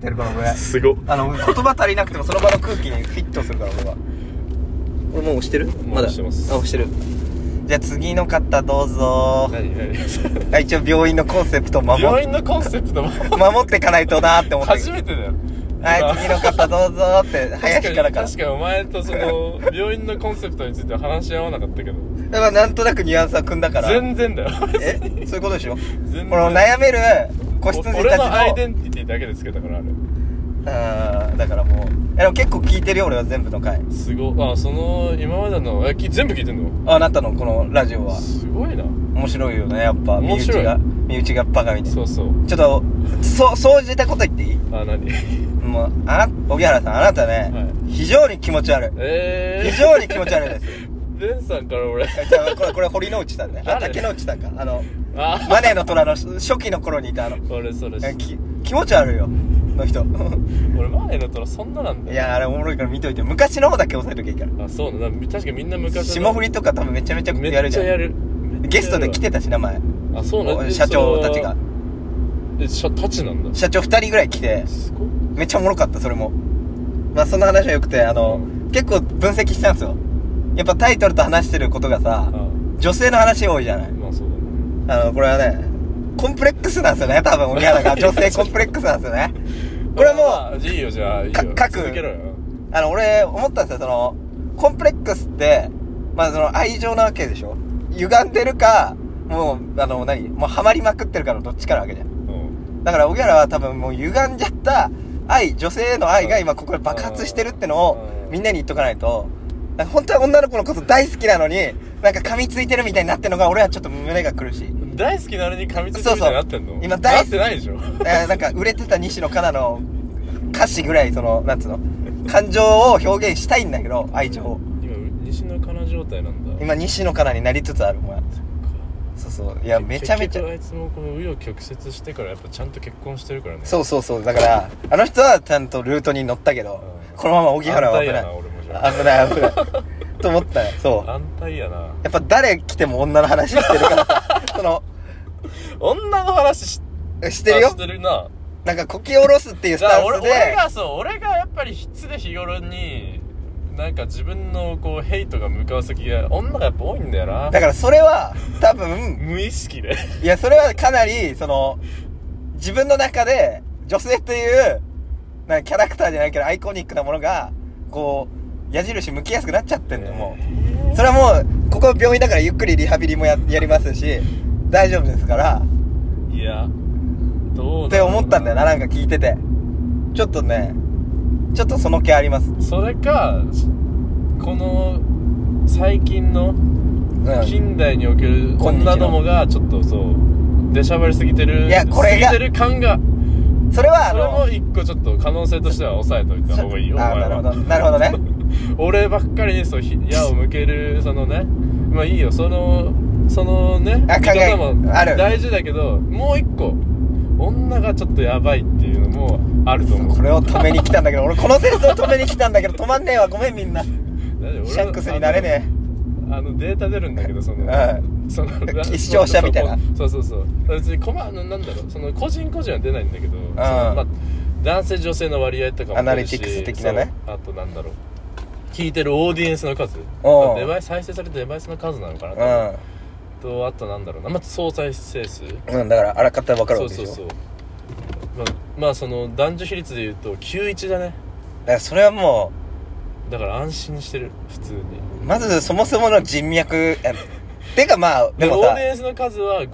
ってるから俺すごっ。 言葉足りなくてもその場の空気にフィットするから俺は。俺もう押してる？まだ押してます。 押してる。じゃあ次の方どうぞ。 何一応病院のコンセプト病院のコンセプト守ってかないとなーって思って。 初めてだよ。 はい、次の方どうぞって林から確かにお前とその病院のコンセプトについては話し合わなかったけど、 だからなんとなくニュアンスは組んだから全然だよ。 そういうことでしょ。 全然。 この悩める子羊たちの俺のアイデンティティだけでつけたからあれ。 だからもうでも結構聞いてるよ俺は全部の回。 すごい。その今までの全部聞いてんの？ あなたのこのラジオはすごいな。 面白いよねやっぱ。 面白い。 身内がバカみたいな。 そうそう。 ちょっと総じたこと言っていい？ 何？ もう荻原さんあなたね、はい、非常に気持ち悪い。非常に気持ち悪いです。 ベンさんから俺これ堀之内さんね。竹之内さんか。マネーの虎の初期の頃にいた俺それ気持ち悪いよの人。 俺マネーの虎そんななんだよ。 いやあれおもろいから見といて。昔の方だけ押さえとけいいから。 そうだ。確かにみんな昔の霜降りとか多分めちゃめちゃやるじゃん。 めっちゃやる。 ゲストで来てたし名前。 そうなんだ。 社長たちがたちなんだ。 社長2人ぐらい来てめっちゃおもろかった。それもまあそんな話はよくて結構分析したんですよ。やっぱタイトルと話してることがさ女性の話多いじゃない。 まあそうだね。 これはねコンプレックスなんですよね。多分荻原が女性コンプレックスなんですよね。これもいいよ。じゃあいいよ続けろよ。 俺思ったんですよ。コンプレックスってまあその愛情なわけでしょ。歪んでるかもうもうハマりまくってるからどっちかなわけじゃん。だから荻原は多分もう歪んじゃった女性への愛が今ここで爆発してるってのをみんなに言っとかないと。本当は女の子のこと大好きなのになんか噛みついてるみたいになってるのが俺はちょっと胸が苦しい。 大好きなのに噛みついてるみたいになってんの？ 今なってないでしょ。 なんか売れてた西野カナの歌詞ぐらいなんつうの感情を表現したいんだけど愛情を。 今西野カナ状態なんだ。 今西野カナになりつつあるお前。そういやめちゃめちゃ結局あいつもこの紆余曲折してからやっぱちゃんと結婚してるからね。 そうだからあの人はちゃんとルートに乗ったけど、このまま荻原は危ない危ないと思ったよ。そう安泰やな。 やっぱ誰来ても女の話してるからさ女の話してるよ。 してるな。 なんかこき下ろすっていうスタンスで俺がやっぱり筆で日頃になんか自分のこうヘイトが向かう先が女がやっぱ多いんだよな。 だからそれは多分無意識でいやそれはかなり自分の中で女性というなんかキャラクターじゃないけどアイコニックなものがこう矢印向きやすくなっちゃってんの。もうそれはもうここ病院だからゆっくりリハビリも やりますし大丈夫ですから。 いやどうって思ったんだよな。なんか聞いててちょっとその気あります。 それかこの最近の近代における女どもがちょっとそう出しゃばりすぎてる。 いやこれが過ぎてる感がそれも一個ちょっと可能性としては抑えといた方がいいよ。 なるほどね俺ばっかりに矢を向けるまあいいよそのね見方も大事だけどもう一個女がちょっとやばいっていうのもあると思う。 これを止めに来たんだけど俺この戦争を止めに来たんだけど止まんねえわ。ごめんみんなシャックスになれねえ。データ出るんだけど視聴者みたいなそう別になんだろう個人は出ないんだけどまあ男性女性の割合とかもアナリティクス的なね。 あとなんだろう聞いてるオーディエンスの数再生されたデバイスの数なのかなとあとなんだろうなまあ総再生数だからあらかた分かるわけでしょ。 そうまあ男女比率で言うと91だね。 だからそれはもうだから安心してる普通に。 まずそもそもの人脈てかまあでもさオーディエンスの数は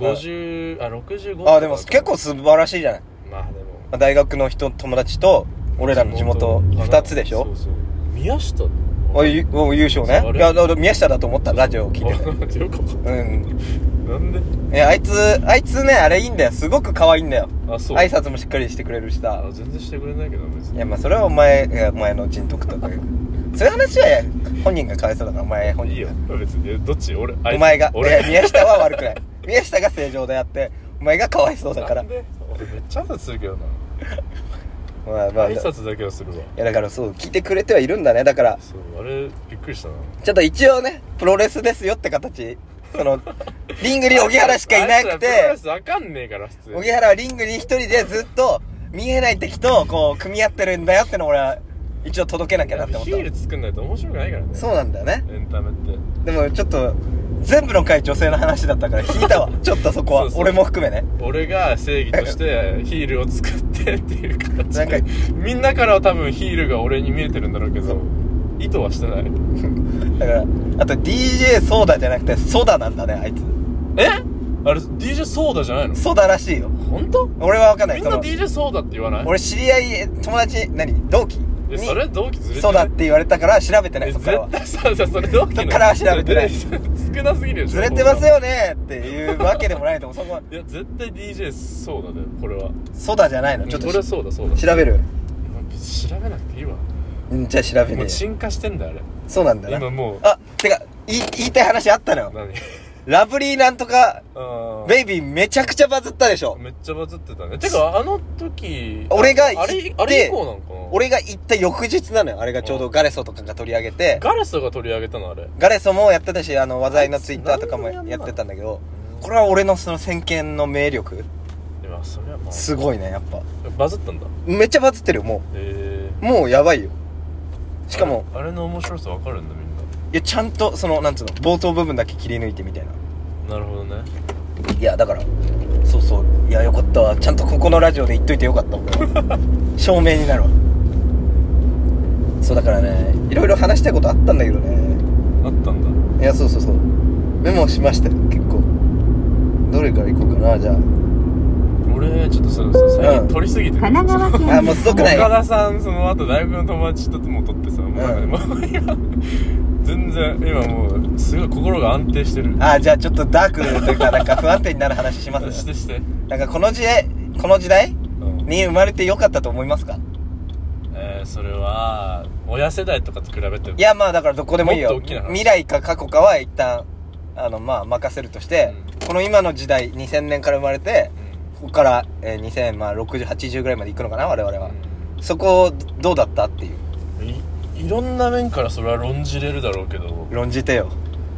65 でも結構素晴らしいじゃない。 まあでも大学の友達と俺らの地元2つでしょ。 そう宮下優勝ね。いや宮下だと思ったラジオを聞いてなんであいつねあれいいんだよ。すごく可愛いんだよ。 そう挨拶もしっかりしてくれるしさ。 全然してくれないけど別に。 いやまあそれはお前の人徳とかそういう話は本人がかわいそうだからお前本人いいよ別に。どっちお前が宮下は悪くない宮下が正常であってお前がかわいそうだから。 なんで俺めっちゃ挨拶するけどな挨拶だけはするわ。いやだからそう聞いてくれてはいるんだね。だからそうあれびっくりしたな。 ちょっと一応ねプロレスですよって形リングに荻原しかいなくてプロレスわかんねえから普通荻原はリングに一人でずっと見えない敵とこう組み合ってるんだよってのを俺は一応届けなきゃなって思った。 ヒール作んないと面白くないからね。 そうなんだよね。 エンタメってでもちょっと全部の回女性の話だったから引いたわちょっとそこはそうそう俺も含めね。 俺が正義としてヒールを作ってっていう形でみんなからは多分ヒールが俺に見えてるんだろうけど意図はしてない。 だからあと DJ ソーダじゃなくてソダなんだねあいつ。 あれ DJ ソーダじゃないの？ ソダらしいよ。 本当？ 俺は分かんない。 みんな DJ ソーダって言わない？ 俺知り合い友達同期それ同期ずれてる？ ソダって言われたから調べてない。そっからは絶対さそれ同期のそっからは調べてない少なすぎるでしょ。 ずれてますよねっていうわけでもないと思う。そこはいや絶対 DJ ソーダだよこれは。 ソダじゃないの。ちょっとこれそうだ調べる。 調べなくていいわ。 じゃあ調べねえ。 もう沈下してんだよあれ。 そうなんだな。 今もうてか言いたい話あったのよ。 何？ ラブリーなんとかベイビーめちゃくちゃバズったでしょ。 めっちゃバズってたね。てかあの時俺が行ってあれ以降なのかな。 俺が行った翌日なのよ。あれがちょうどガレソとかが取り上げて。 ガレソが取り上げたのあれ。 ガレソもやってたし話題のツイッターとかもやってたんだけど、これは俺のその先見の明力。 いやそれはまあすごいねやっぱ。 バズったんだ。 めっちゃバズってるよもう。もうやばいよ。しかもあれの面白さ分かるんだみんな。 いやちゃんとそのなんつうの冒頭部分だけ切り抜いてみたいな。 なるほどね。 いやだからそういやよかったわ。ちゃんとここのラジオで言っといてよかった証明になるわ。そうだからねいろいろ話したいことあったんだけどね。 あったんだ。 いやそうメモしましたよ結構。どれから行こうかな。じゃあ俺ちょっと最近撮りすぎてる。 神奈川県もうすごくない。 岡田さんその後大学の友達とも撮ってさ、もう今全然今もうすごい心が安定してる。 じゃあちょっとダークというかなんか不安定になる話しますしてなんかこの時代に生まれてよかったと思いますか？ それは親世代とかと比べて。 いやまあだからどこでもいいよ。 もっと大きな話。 未来か過去かは一旦まあ任せるとして、この今の時代2000年から生まれて、ここから2060、80ぐらいまで行くのかな我々は。そこどうだったっていう。 いろんな面からそれは論じれるだろうけど。 論じてよ。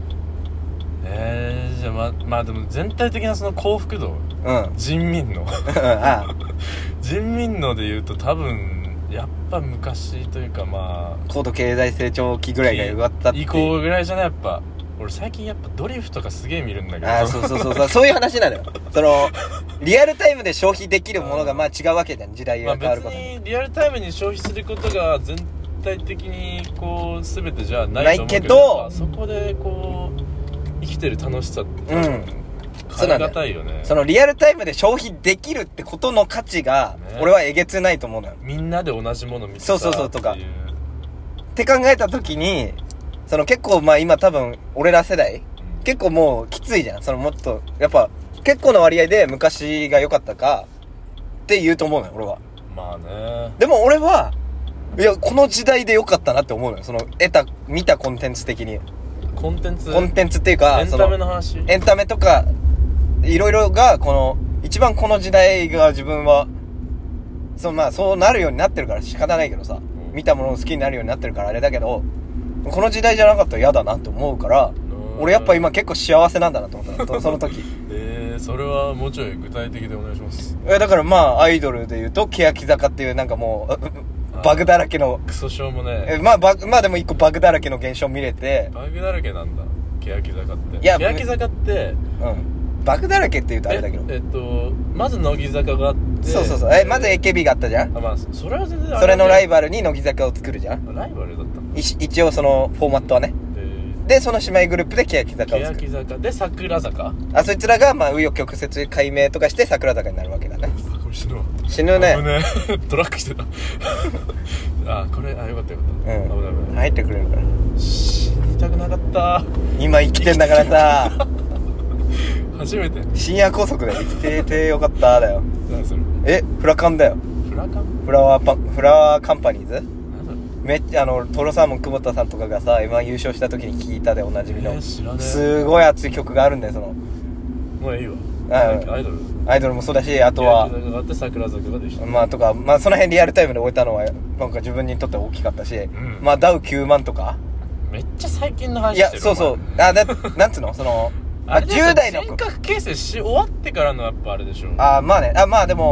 じゃあまあでも全体的なその幸福度、人民の人民ので言うと多分やっぱ昔というかまあ高度経済成長期ぐらいが良かったっていう以降ぐらいじゃないやっぱ。俺最近やっぱドリフとかすげえ見るんだけど。 そういう話なのよ。そのリアルタイムで消費できるものがまあ違うわけじゃん。時代が変わることに。 別にリアルタイムに消費することが全体的にこう全てじゃないと思うけど、そこでこう生きてる楽しさって変え難いよね。 そのリアルタイムで消費できるってことの価値が、俺はえげつないと思うのよ。 みんなで同じもの見てさとかって考えた時に、その結構まあ今多分俺ら世代、結構もうきついじゃん。そのもっとやっぱ結構な割合で昔が良かったかって言うと思うのよ俺は。 まあね。 でも俺はいやこの時代で良かったなって思うのよ。その見たコンテンツ的に。コンテンツっていうかエンタメの話。 エンタメとかいろいろがこの一番この時代が自分はそうなるようになってるから仕方ないけどさ、見たものを好きになるようになってるからあれだけど、この時代じゃなかったら嫌だなって思うから、俺やっぱ今結構幸せなんだなと思ったのその時。 それはもうちょい具体的でお願いします。 だからまあアイドルで言うと欅坂っていうなんかもうバグだらけのクソしょうもね。 まあでも一個バグだらけの現象見れて。 バグだらけなんだ欅坂って。欅坂ってバグだらけって言うとあれだけど、 まず乃木坂があって、 そうまず AKB があったじゃん。 まあそれは全然それのライバルに乃木坂を作るじゃん。 ライバルだったの一応そのフォーマットはね。でその姉妹グループで欅坂を作る。 欅坂で桜坂。 そいつらがまあ紆余曲折解明とかして桜坂になるわけだね。 これ死ぬわ。 死ぬね。 トラックしてた。これよかったよかった。危ない入ってくれるから。 死にたくなかった。 今生きてんだからさ。 初めて深夜高速で生きててよかっただよ。 何それ？ フラカンだよ。 フラカン？ フラワーカンパニーズ？めっちゃトロサーモン久保田さんとかがさ M1 優勝した時に聴いたでおなじみの、すごい熱い曲があるんだよ。そのもういいわ。 アイドルもそうだし、あとは欅坂があって桜坂がでした。 まあとかまあその辺リアルタイムで終えたのはなんか自分にとって大きかったし、まあダウ9万とかめっちゃ最近の話してる。 いやそうなんつうのその10代の人格形成終わってからのやっぱあれでしょ。 まあねまあでも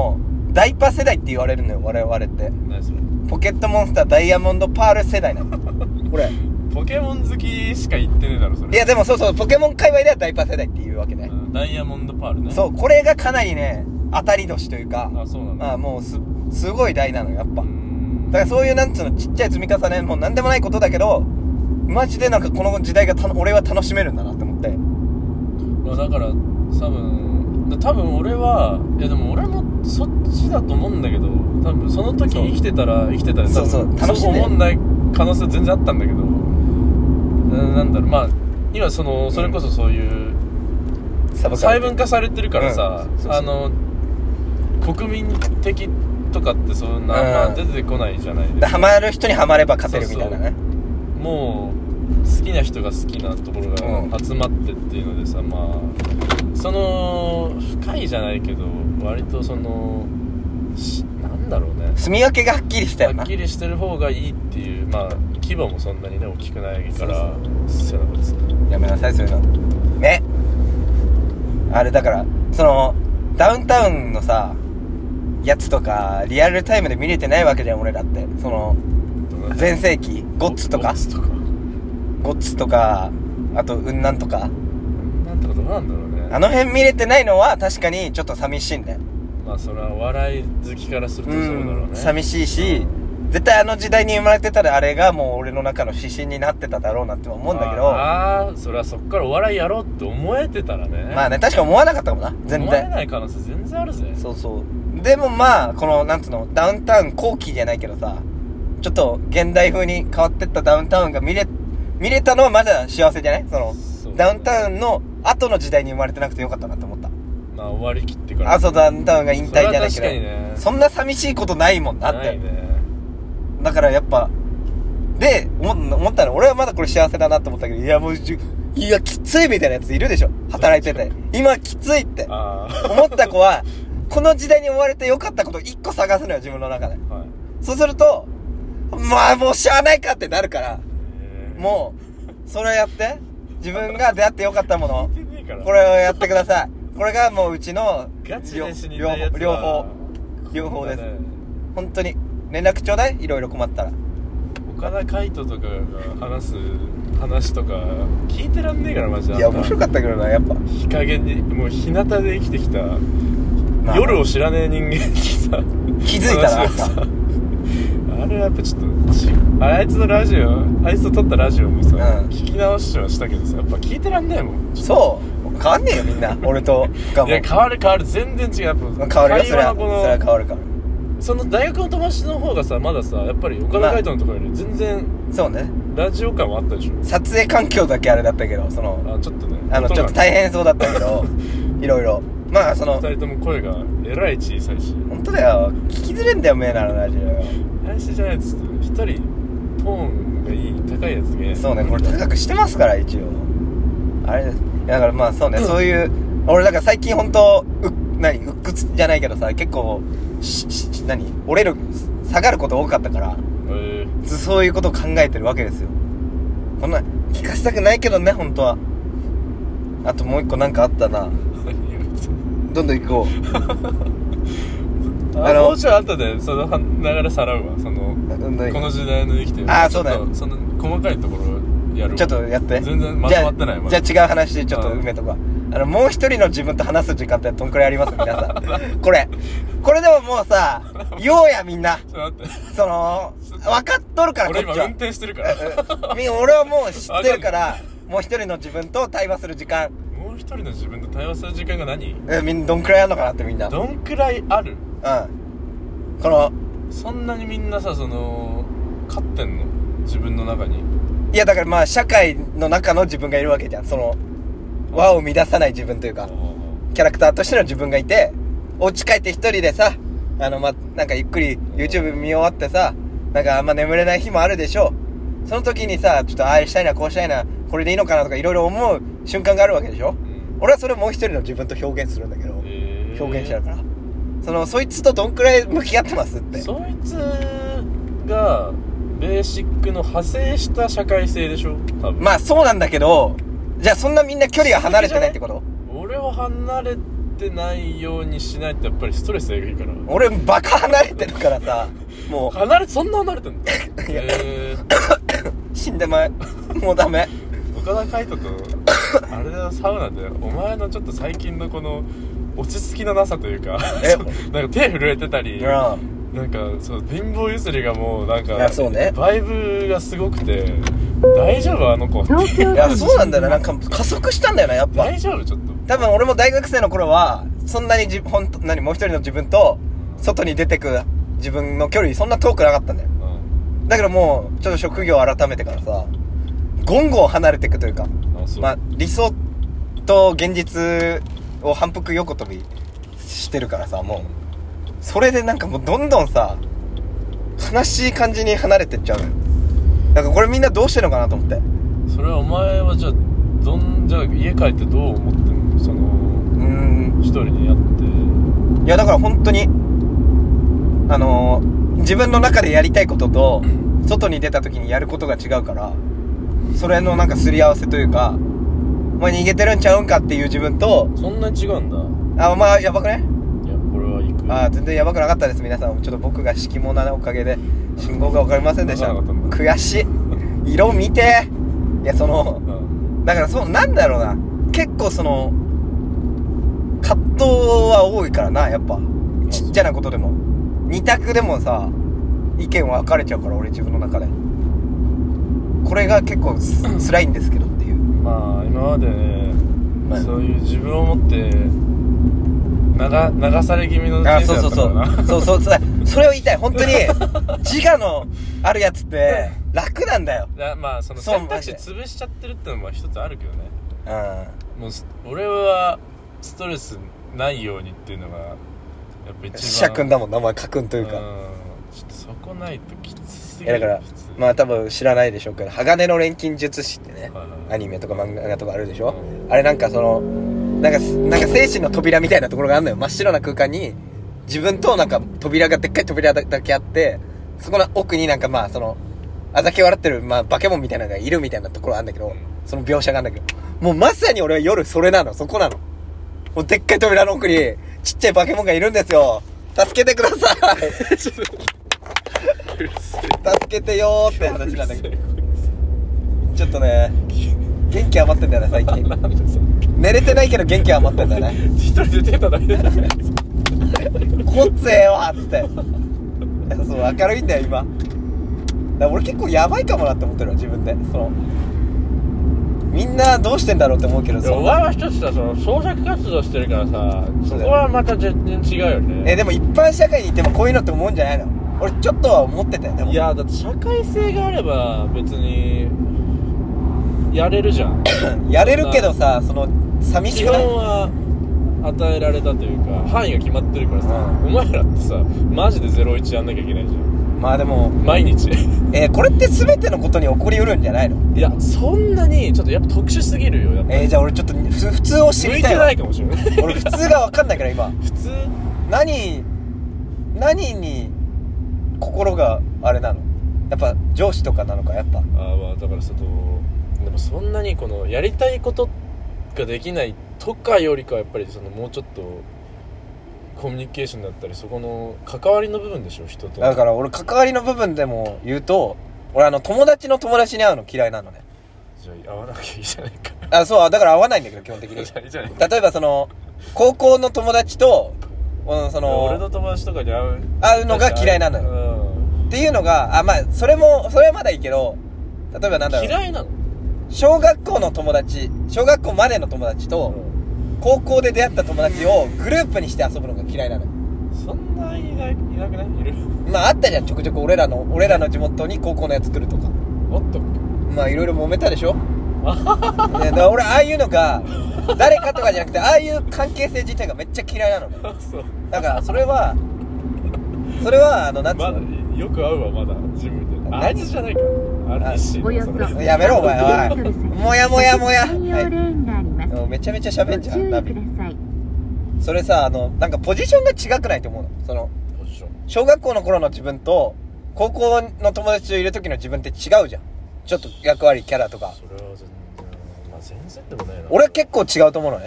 ダイパ世代って言われるのよ、我々って。 何それ。 ポケットモンスターダイヤモンドパール世代なのこれポケモン好きしか言ってねえだろそれ。 いやでもそうそう、ポケモン界隈ではダイパ世代っていうわけね、 ダイヤモンドパールね。 そう、これがかなりね当たり年というか、 あ、そうなんだ。 もうすごい大なのよやっぱ。だからそういうなんつうの、ちっちゃい積み重ね、もうなんでもないことだけど、マジでなんかこの時代が俺は楽しめるんだなって思って。 まあだから多分俺は、いやでも俺もそっちだと思うんだけど、多分その時生きてたらそうそう楽しんで思んない可能性全然あったんだけど、なんだろう、まあ今それこそそういう細分化されてるからさ、国民的とかってそんな、まあ出てこないじゃないですか。 ハマる人にハマれば勝てるみたいなね。 そうもう好きな人が好きなところが集まってっていうのでさ、まあ深いじゃないけど割となんだろうね、 住み分けがはっきりしたよな。 はっきりしてる方がいいっていう、まあ規模もそんなにね大きくないから、 やめなさいそういうのね。あれだからダウンタウンのさやつとかリアルタイムで見れてないわけじゃん俺らって。全盛期ゴッツとかあと雲南とかどうなんだろうね。 あの辺見れてないのは確かにちょっと寂しいんだよ。 まあそれは笑い好きからするとそうだろうね。 寂しいし、絶対あの時代に生まれてたらあれがもう俺の中の指針になってただろうなって思うんだけど、 それはそっからお笑いやろうって思えてたらね。 まあね、確か思わなかったかもな、全然思えない可能性全然あるぜ。 そうそう。でもまあこのなんつうの、ダウンタウン後期じゃないけどさ、ちょっと現代風に変わってったダウンタウンが見れたのはまだ幸せじゃない？ダウンタウンの後の時代に生まれてなくてよかったなって思った。 まあ終わりきってから、 そう、ダウンタウンが引退じゃないけど、 それは確かにね、 そんな寂しいことないもんなって。 ないね。 だからやっぱで思ったの、俺はまだこれ幸せだなって思ったけど、いやもういやきついみたいなやついるでしょ、働いてて今きついって思った子はこの時代に追われてよかったこと1個探すのよ自分の中で、はい、そうするとまあもうしゃあないかってなるから、もうそれをやって自分が出会ってよかったものこれをやってください。これがもううちの両方です。本当に連絡ちょうだい、いろいろ困ったら。 岡田海人とかが話す話とか聞いてらんねえからマジで。 いや面白かったけどな、やっぱ日陰にもう日向で生きてきた、夜を知らねえ人間にさ気づいたらさあれはやっぱちょっとあいつのラジオ、あいつと撮ったラジオもさ、聞き直しはしたけどさ、やっぱ聞いてらんねえもん。 そう変わんねえよみんな俺とかも。いや変わる全然違う。やっぱ変わるよ、それは変わるから。 その大学の友達の方がさまださやっぱり岡田海人のところより全然、 そうね、 ラジオ感はあったでしょ。 撮影環境だけあれだったけど、 ちょっとね、 ちょっと大変そうだったけどいろいろまあ 2人とも声がえらい小さいし。 本当だよ、聞きづれんだよメーナーのラジオよ。 林じゃないっつって1人トーンがいい高いやつね。 そうね、これ高くしてますから一応あれです。だからまあそうね、そういう俺だから最近本当鬱屈じゃないけどさ、結構折れる下がること多かったから、そういうことを考えてるわけですよ。こんな聞かせたくないけどね本当は。あともう一個なんかあったなどんどん行こうもうちょい後でその流れさらうわ。この時代の生きてる。 そうだよ。 その細かいところやるわ。 ちょっとやって。 全然まとまってない。 じゃあ違う話でちょっと埋めとくわ。もう一人の自分と話す時間ってどんくらいあります皆さんこれでももうさようやみんな分かっとるから。 俺今運転してるから俺はもう知ってるからもう一人の自分と対話する時間。 もう一人の自分と対話する時間が何？ みんなどんくらいあるのかなってみんな。 どんくらいある？そんなにみんなさ勝ってんの自分の中に。 いやだからまあ社会の中の自分がいるわけじゃん。輪を乱さない自分というかキャラクターとしての自分がいて、お家帰って一人でさなんかゆっくり YouTube 見終わってさ、なんかあんま眠れない日もあるでしょう。その時にさちょっとああしたいなこうしたいなこれでいいのかなとかいろいろ思う瞬間があるわけでしょ、俺はそれをもう一人の自分と表現するんだけど、表現しちゃうからそいつとどんくらい向き合ってますって。 そいつがベーシックの派生した社会性でしょ多分。 まあそうなんだけど、じゃあそんなみんな距離が離れてないってこと？ 俺は離れてないようにしないとやっぱりストレスえぐいから。 俺バカ離れてるからさ、もうそんな離れてんの死んでまえ、もうダメ。 岡田海人とあれだ、サウナでお前のちょっと最近のこの落ち着きのなさというかなんか手震えてたり、なんかそう貧乏ゆすりがもうなんかバイブがすごくて、大丈夫あの子。 いやそうなんだよな、なんか加速したんだよな、やっぱ。 大丈夫ちょっと。 多分俺も大学生の頃はそんなにもう一人の自分と外に出てく自分の距離そんな遠くなかったんだよ、だけどもうちょっと職業を改めてからさ、ゴンゴン離れていくというか、まあ理想と現実を反復横跳びしてるからさ、もうそれでなんかもうどんどんさ悲しい感じに離れてっちゃうのよ。なんかこれみんなどうしてんのかなと思って。 それはお前はじゃあ家帰ってどう思ってんの、その一人にやって。 いやだから本当に自分の中でやりたいことと外に出た時にやることが違うから、それのなんかすり合わせというか、お前逃げてるんちゃうんかっていう自分と。 そんなに違うんだ。 お前やばくね。 いやこれは行く。 全然やばくなかったです皆さん。ちょっと僕が敷物なおかげで信号が分かりませんでした。悔しい。色見て。いやだからなんだろうな、結構葛藤は多いからな、やっぱちっちゃなことでも二択でもさ意見分かれちゃうから、俺自分の中でこれが結構辛いんですけどっていう。 まあ今までね、そういう自分を持って流され気味の人生だったからな。 そうそれを言いたい。本当に自我のあるやつって楽なんだよ。 まあその選択肢潰しちゃってるってのも一つあるけどね。もう俺はストレスないようにっていうのがやっぱ一番。 シャ君だもん、名前家君というか。 ちょっとそこないときつすぎる。 だからまあ多分知らないでしょうけど、鋼の錬金術師ってね、アニメとか漫画とかあるでしょ、あれなんかなんか精神の扉みたいなところがあるのよ。真っ白な空間に自分となんか扉がでっかい扉だけあって、そこの奥になんかまああざけ笑ってるバケモンみたいなのがいるみたいなところあるんだけど、その描写があるんだけど、もうまさに俺は夜それなの、そこなの。もうでっかい扉の奥にちっちゃいバケモンがいるんですよ。助けてください。助けてよーって話なんだけど、ちょっとね元気余ってんだよね最近。寝れてないけど元気余ってんだよね。 一人で出ただけだね。 こっつええわっつって。そう明るいんだよ今。だから俺結構やばいかもなって思ってるわ自分で。みんなどうしてんだろうって思うけどさ、 お前は一つさ創作活動してるからさ、そこはまた全然違うよね。 でも一般社会にいてもこういうのって思うんじゃないの？俺ちょっとは思ってたよ。でもいやだって社会性があれば別にやれるじゃん。 やれるけどさ、寂しくない？ 基本は与えられたというか範囲が決まってるからさ、お前らってさマジで01やんなきゃいけないじゃん。 まあでも毎日これって全てのことに起こりうるんじゃないの？ いやそんなにちょっとやっぱ特殊すぎるよやっぱり。 じゃあ俺ちょっと普通を知りたいわ。 向いてないかもしれない俺普通が分かんないから今。 普通何に心があれなの？やっぱ上司とかなのか、やっぱ。 まあだからでもそんなにこのやりたいことができないとかよりかはやっぱりもうちょっとコミュニケーションだったりそこの関わりの部分でしょ、人と。 だから俺関わりの部分でも言うと、俺友達の友達に会うの嫌いなのね。 じゃあ会わなきゃいいじゃないか。 そうだから会わないんだけど基本的に。例えば高校の友達と俺の友達とかに会うのが嫌いなのよ、っていうのがまあそれはまだいいけど、例えばなんだろう、 嫌いなの？ 小学校の友達、小学校までの友達と、高校で出会った友達をグループにして遊ぶのが嫌いなのよ。 そんないなくない？いる？ まああったじゃん、ちょくちょく俺らの地元に高校のやつ来るとか。 おっと、 まあいろいろ揉めたでしょ。だから俺ああいうのが誰かとかじゃなくて、ああいう関係性自体がめっちゃ嫌いなのね。 そうだからそれはなんつうの、 まだよく会うわ、まだ自分で。あいつじゃないか、 やめろお前。おいもやもやもや、はい、めちゃめちゃ喋んじゃんナビ。それさなんかポジションが違くないと思うの。 ポジション、 小学校の頃の自分と高校の友達といる時の自分って違うじゃん。ちょっと役割キャラとか。 それは全然でもないな。 俺結構違うと思うのね。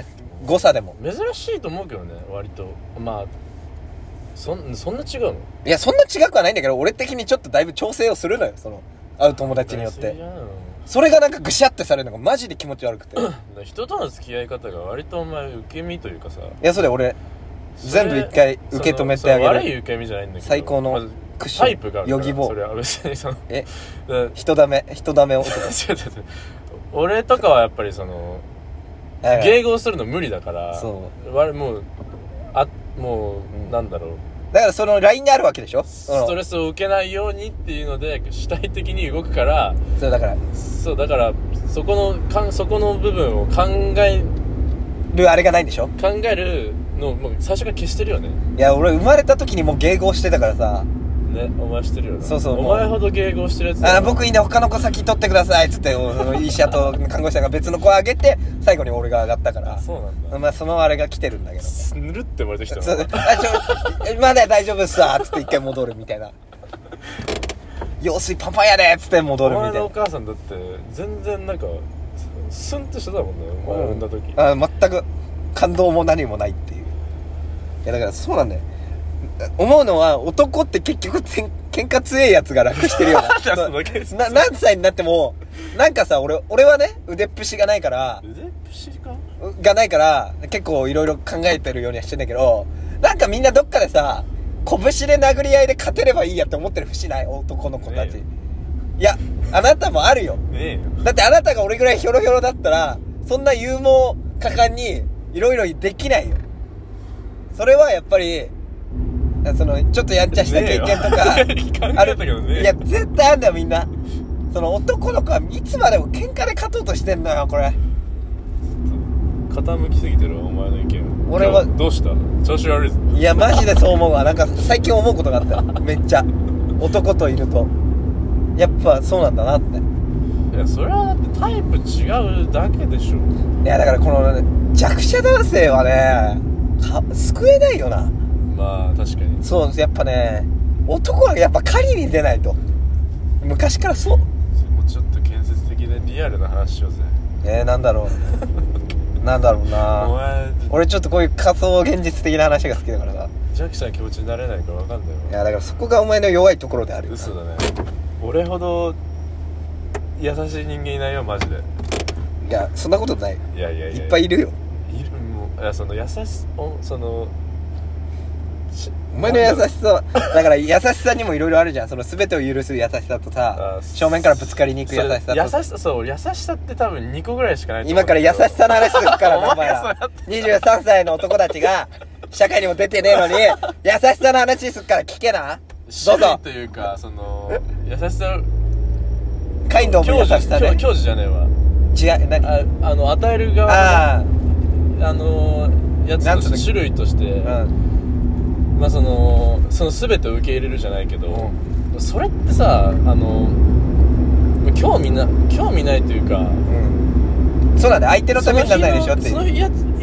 誤差でも珍しいと思うけどね、割と。まあそんな違うの？ いや、そんな違くはないんだけど、俺的にちょっとだいぶ調整をするのよ、その会う友達によって。それがなんかぐしゃってされるのがマジで気持ち悪くて人との付き合い方が割とお前受け身というかさ。いや、それ俺全部一回受け止めてあげる。 悪い受け身じゃないんだけど、 最高のクッションタイプがあるから。ヨギボー。それは別にその人ダメを違う俺とかはやっぱりその迎合するの無理だから、そうもうなんだろう、 だからそのラインにあるわけでしょ。 ストレスを受けないようにっていうので主体的に動くから、 そうだからそこの部分を考えるあれがないんでしょ。 考えるのをもう最初から消してるよね。 いや、俺生まれた時にもう迎合してたからさ。 ね、お前してるよね。 そう、 お前ほど迎合してるやつだ。 僕いいね、他の子先取ってくださいっつって医者と看護師さんが別の子をあげて最後に俺が上がったから。 そうなんだ。 まあそのあれが来てるんだけど、 ぬるって生まれてきたの。 まだ大丈夫っすわっつって一回戻るみたいな。用水パンパンやでっつって戻るみたいな。 お前のお母さんだって全然なんかスンとしてたもんね、お前産んだ時。 全く感動も何もないっていう。いやだからそうなんだよ。思うのは男って結局喧嘩強えやつが楽してるような何歳になってもなんかさ、俺はね腕っぷしがないから結構いろいろ考えてるようにはしてんだけど、なんかみんなどっかでさ拳で殴り合いで勝てればいいやって思ってる節ない？男の子たち。いや、あなたもあるよ。だってあなたが俺ぐらいヒョロヒョロだったらそんな勇猛果敢にいろいろできないよ。それはやっぱりそのちょっとやんちゃした経験とかあるけどね。いや絶対あんだよみんな。その男の子はいつまでも喧嘩で勝とうとしてんのよこれ。 傾きすぎてるわお前の意見。 俺はどうした？調子悪いぞ。 いやマジでそう思うわ。なんか最近思うことがあったよめっちゃ。男といるとやっぱそうなんだなって。 いやそれはだってタイプ違うだけでしょ。 いやだからこの、弱者男性はね救えないよな。 まあ確かにそう。やっぱね男はやっぱ狩りに出ないと。昔からそう。 もうちょっと建設的でリアルな話しようぜ。 なんだろうなんだろうな。 お前俺ちょっとこういう仮想現実的な話が好きだからさ。 弱者の気持ちになれないから分かんないよ。 いやだからそこがお前の弱いところであるよ。 嘘だね。俺ほど優しい人間いないよマジで。 いやそんなことない。 いやいっぱいいるよ。 いる。もういやその優しそのお前の優しさだから優しさにもいろいろあるじゃん。その全てを許す優しさとさ、正面からぶつかりに行く優しさと。 優しさって多分2個ぐらいしかないと思う。 今から優しさの話するからなお前ら23歳の男たちが社会にも出てねえのに優しさの話するから聞けな。 どうぞ。というかその優しさカインドオブ優しさね。 教授じゃねえわ。 違う。何？ 与える側のやつの種類として、まあその全てを受け入れるじゃないけど、それってさ興味ないというか、 そうなんだ。相手のためにならないでしょって。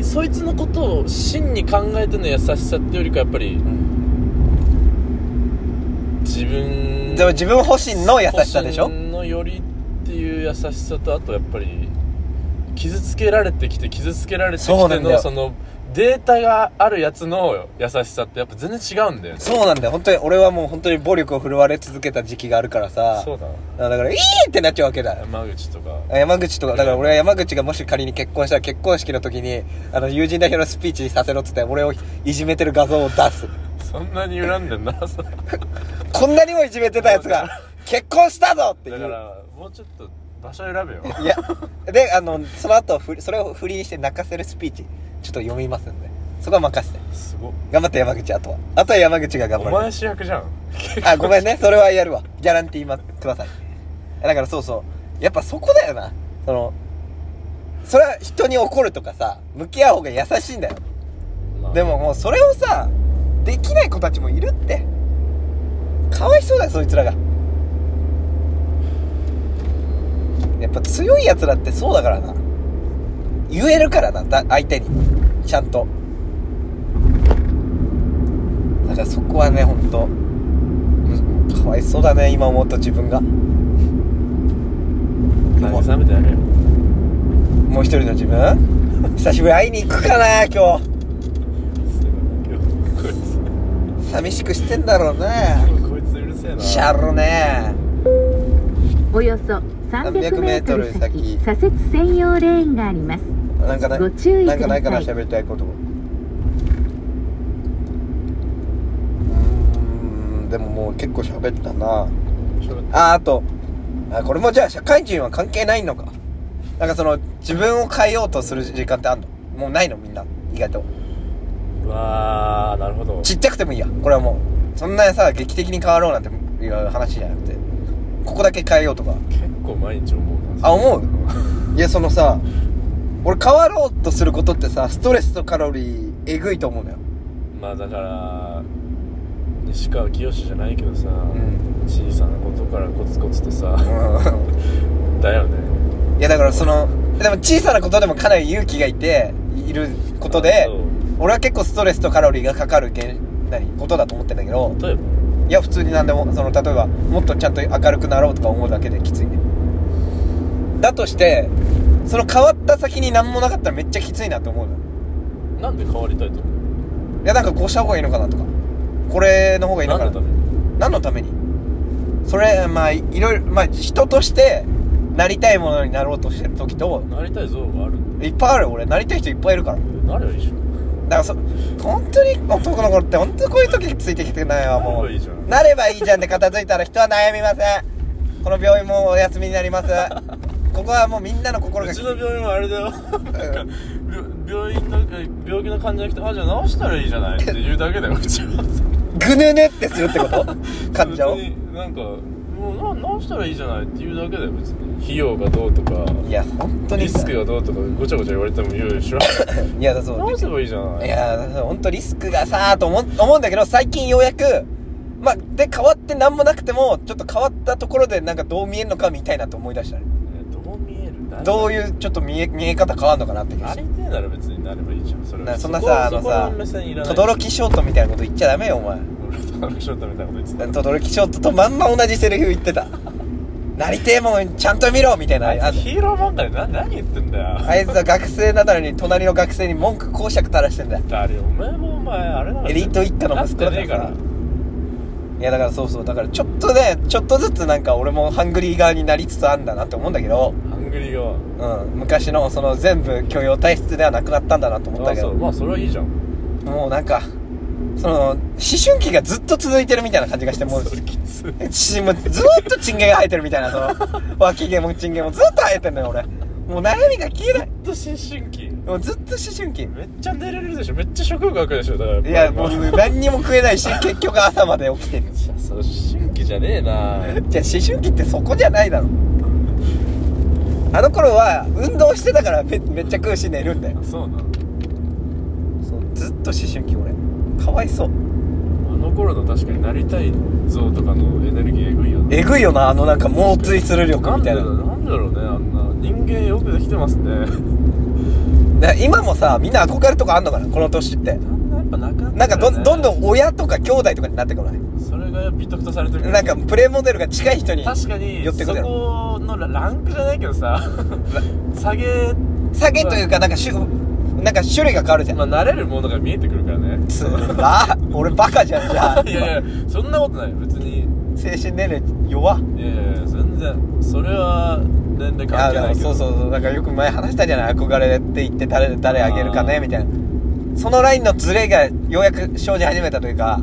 そいつのことを真に考えての優しさってよりかやっぱり、自分保身の優しさでしょ。 保身のよりっていう優しさと、あとやっぱり傷つけられてきてのそのデータがあるやつの優しさってやっぱ全然違うんだよね。 そうなんだよ。本当に俺はもう本当に暴力を振るわれ続けた時期があるからさ。 そうだ。 だからってなっちゃうわけだよ。 山口とかだから俺は山口がもし仮に結婚したら結婚式の時に友人代表のスピーチさせろっつって俺をいじめてる画像を出す。 そんなに恨んでんなこんなにもいじめてたやつが結婚したぞっていう。 だからもうちょっと場所選べよ。 いやでその後それを振りにして泣かせるスピーチちょっと読みますんで、そこは任せて。 すごっ。 頑張って山口。あとは山口が頑張る。 お前主役じゃんごめんね。それはやるわ。ギャランティーください。だからそうやっぱそこだよな。それは人に怒るとかさ向き合う方が優しいんだよ。でももうそれをさできない子たちもいるって。かわいそうだよそいつらが。やっぱ強いやつらってそうだからな。言えるからな、相手にちゃんと。だからそこはね、ほんとかわいそうだね今思うと自分が。 慰めてやれよ。 もう一人の自分久しぶり会いに行くかな今日。寂しくしてんだろうね。 こいつうるせえな。 シャロね。 およそ300メートル先、左折専用レーンがあります。 なんかご注意ください。 なんかないかな、喋りたいこと。でももう結構喋ったな。あとこれもじゃあ社会人は関係ないのか。なんかその自分を変えようとする時間ってあんの？もうないのみんな意外と。 うわー、なるほど。 ちっちゃくてもいいや。これはもうそんなさ劇的に変わろうなんていう話じゃなくて、ここだけ変えようとか。 結構毎日思うな。 あ、思う？いやそのさ、俺変わろうとすることってさ、ストレスとカロリーえぐいと思うのよ。 まあだから西川きよしじゃないけどさ、小さなことからコツコツってさ、だよね。 いやだからそのでも小さなことでもかなり勇気がいることで、俺は結構ストレスとカロリーがかかることだと思ってんだけど、 例えばいや普通になんでも、その例えばもっとちゃんと明るくなろうとか思うだけできついね。だとしてその変わった先に何もなかったらめっちゃきついなって思うのよ。 なんで変わりたいと思う？ いやなんかこうした方がいいのかなとか、これの方がいいのかな。何のために？それまあいろいろ、まあ人としてなりたいものになろうとしてる時と、 なりたい像がある。 いっぱいある。俺なりたい人いっぱいいるから。 なればいいじゃん。 だから本当に男の子って本当にこういう時ついてきてないわ。もうなればいいじゃんで片付いたら人は悩みません。この病院もお休みになります。ここはもうみんなの心が。 うちの病院はあれだよ。病気の患者が来て、あ、じゃあ治したらいいじゃないって言うだけだよ。うちはぐぬぬってするってこと？患者をなんかもう治したらいいじゃないって言うだけだよ。別に費用がどうとか、 いや本当にリスクがどうとかごちゃごちゃ言われても言うでしょ。 いやだそう治せばいいじゃない。 いや本当リスクがさーと思うんだけど、最近ようやくまあで変わってなんもなくてもちょっと変わったところでなんかどう見えるのか見たいなと思い出したね。 どう見える？ どういうちょっと見え方変わるのかなって気がして。 なりてえなら別になればいいじゃん。それはそんなさ轟ショートみたいなこと言っちゃダメよお前。 轟ショートみたいなこと言ってた。 轟ショートとまんま同じセリフ言ってた。なりてえもんちゃんと見ろみたいな。 あいつヒーロー漫画で何言ってんだよ。 あいつは学生なのに隣の学生に文句講釈垂らしてんだよ。 お前あれだから、 エリート一家の息子だからさ。いやだからそうだからちょっとずつなんか俺もハングリー側になりつつあんだなって思うんだけど。 ハングリー側。 昔のその全部許容体質ではなくなったんだなと思ったけど。 まあそれはいいじゃん。 もうなんかその思春期がずっと続いてるみたいな感じがして、もうそれきつい。 もうずっとチンゲが生えてるみたいな、その脇毛もチンゲもずっと生えてるのよ俺。もう悩みが消えない。 ずっと思春期。 もうずっと思春期。 めっちゃ寝れるでしょ。めっちゃ食欲湧くでしょ。だからいやもう何にも食えないし結局朝まで起きてる。 じゃあ思春期じゃねえな。 じゃあ思春期ってそこじゃないだろ。あの頃は運動してたからめっちゃ食うし寝るんだよ。 そうなの。 そうずっと思春期俺かわいそう。 あの頃の確かになりたい像とかのエネルギーえぐいよな。 えぐいよな、なんか猛追する力みたいな。 なんだろうね、あんな人間よくできてますね。 今もさみんな憧れとかあんのかなこの年って。 やっぱなくなった、ね、 なんかどんどん親とか兄弟とかになってこない？ それが美徳とされてる。 なんかプレモデルが近い人に確かに寄ってくる。 そこのランクじゃないけどさ下げというかなんか種類が変わるじゃん。 まあ慣れるものが見えてくるからね。 俺バカじゃんじゃあ。 いやそんなことない別に。 精神年齢弱っ。 いや全然それは年齢関係ないけど。 そうなんかよく前話したじゃない、憧れって言って誰あげるかねみたいな。そのラインのズレがようやく生じ始めたというか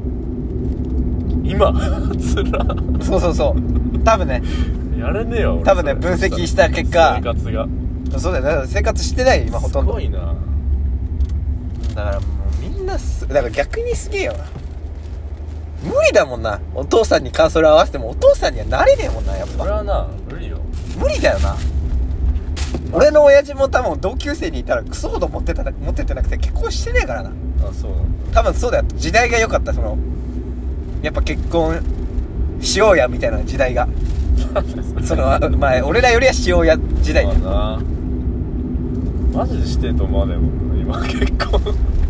今つらそう多分ねやれねえよ多分ね分析した結果生活がそうだよね。生活してない今ほとんど。 すごいな。 だからもうみんなだから逆にすげえよな。無理だもんな、お父さんにカーソル合わせてもお父さんにはなれねえもんなやっぱ。 それはな無理よ。 無理だよな。俺の親父も多分同級生にいたらクソほど持っててなくて結婚してねえからな。 あ、そうなんだ。多分そうだよ。時代が良かった。そのやっぱ結婚しようやみたいな時代がその前俺らよりはしようや時代だよな。マジでしてえと思わねえもん今結婚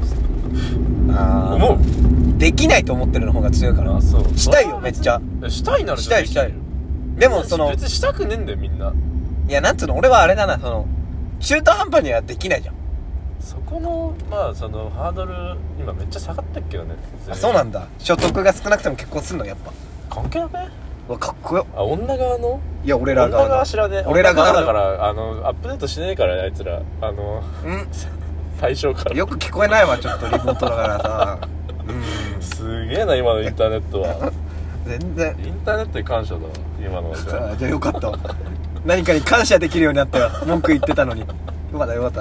思う。 できないと思ってるの方が強いから。 そうしたいよめっちゃ。 したいならしたい。でもその別にしたくねえんだよみんな。 いやなんつうの、俺はあれだな、その中途半端にはできないじゃん。 そこのまあそのハードル今めっちゃ下がったけどね。 あ、そうなんだ。所得が少なくても結婚すんのやっぱ。 関係なくね。 かっこよ。 あ、女側の？ いや俺ら側。 女側知らねえ。 俺ら側だからアップデートしねえからあいつら対象から。 よく聞こえないわちょっとリモートだからさ。 すげえな今のインターネットは。 全然。 インターネットに感謝だわ今のは。 じゃあよかったわ。何かに感謝できるようになったよ。文句言ってたのに。よかったよかった。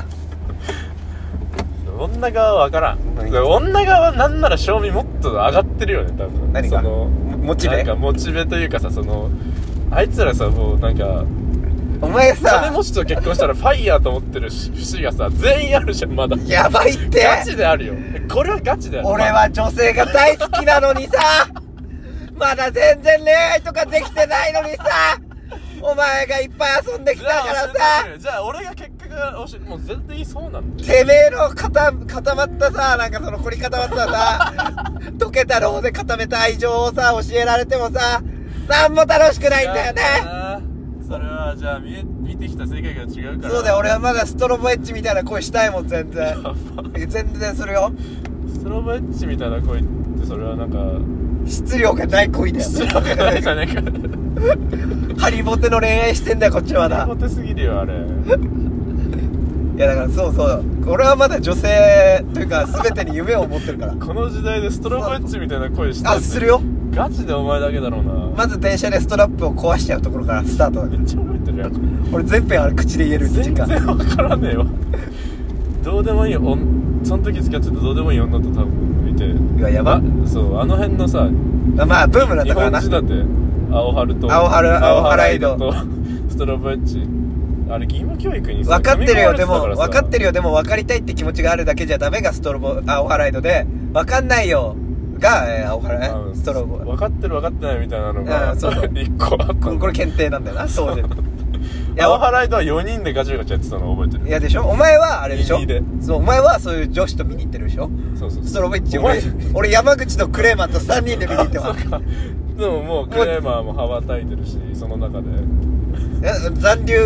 女側は分からん。女側はなんなら賞味もっと上がってるよね多分。 何かモチベ？ なんかモチベというかさ、そのあいつらさもうなんかお前さ金持ちと結婚したらファイヤーと思ってる節がさ全員あるじゃんまだ。 やばいって。 ガチであるよ。これはガチである。 俺は女性が大好きなのにさまだ全然恋愛とかできてないのにさお前がいっぱい遊んできたからさ。 じゃあ俺が結果がもう全然そうなんだ。 てめえの固まったさ、なんかその凝り固まったさ溶けたローで固めた愛情をさ教えられてもさなんも楽しくないんだよね。 それはじゃあ見てきた世界が違うから。 そうだよ。俺はまだストロボエッジみたいな恋したいもん。全然全然するよ。 ストロボエッジみたいな恋ってそれはなんか質量がない恋だよ。 質量がないじゃねえかハリボテの恋愛してんだよこっちはまだ。 ハリボテすぎるよあれ。 いやだからそう俺はまだ女性というか全てに夢を持ってるからこの時代でストロボエッジみたいな恋してる。 あ、するよ。 ガチでお前だけだろうな。 まず電車でストラップを壊しちゃうところからスタートだ。 めっちゃ覚えてるやん。 俺全編あれ口で言える時間全然分からねえわどうでもいいその時使ってたどうでもいい女と多分いて。 いややば。 そうあの辺のさまあブームだったからな。 日本人だって青春アイドとストロボエッジあれ義務教育に分かってるよ。でも分かってるよ。でも分かりたいって気持ちがあるだけじゃダメがストロボ青春アイドで分かんないよが青春ストロボ。 分かってる分かってないみたいなのがそう 1個あったこれ検定なんだよな当時。 青春アイドは4人でガチャガチャやってたの覚えてる。 いやでしょ。お前はあれでしょ。 そうお前はそういう女子と見に行ってるでしょ。 そうストロボエッジ俺山口とクレーマーと3人で見に行ってますそうか。でももうクレーマーも羽ばたいてるしその中で残留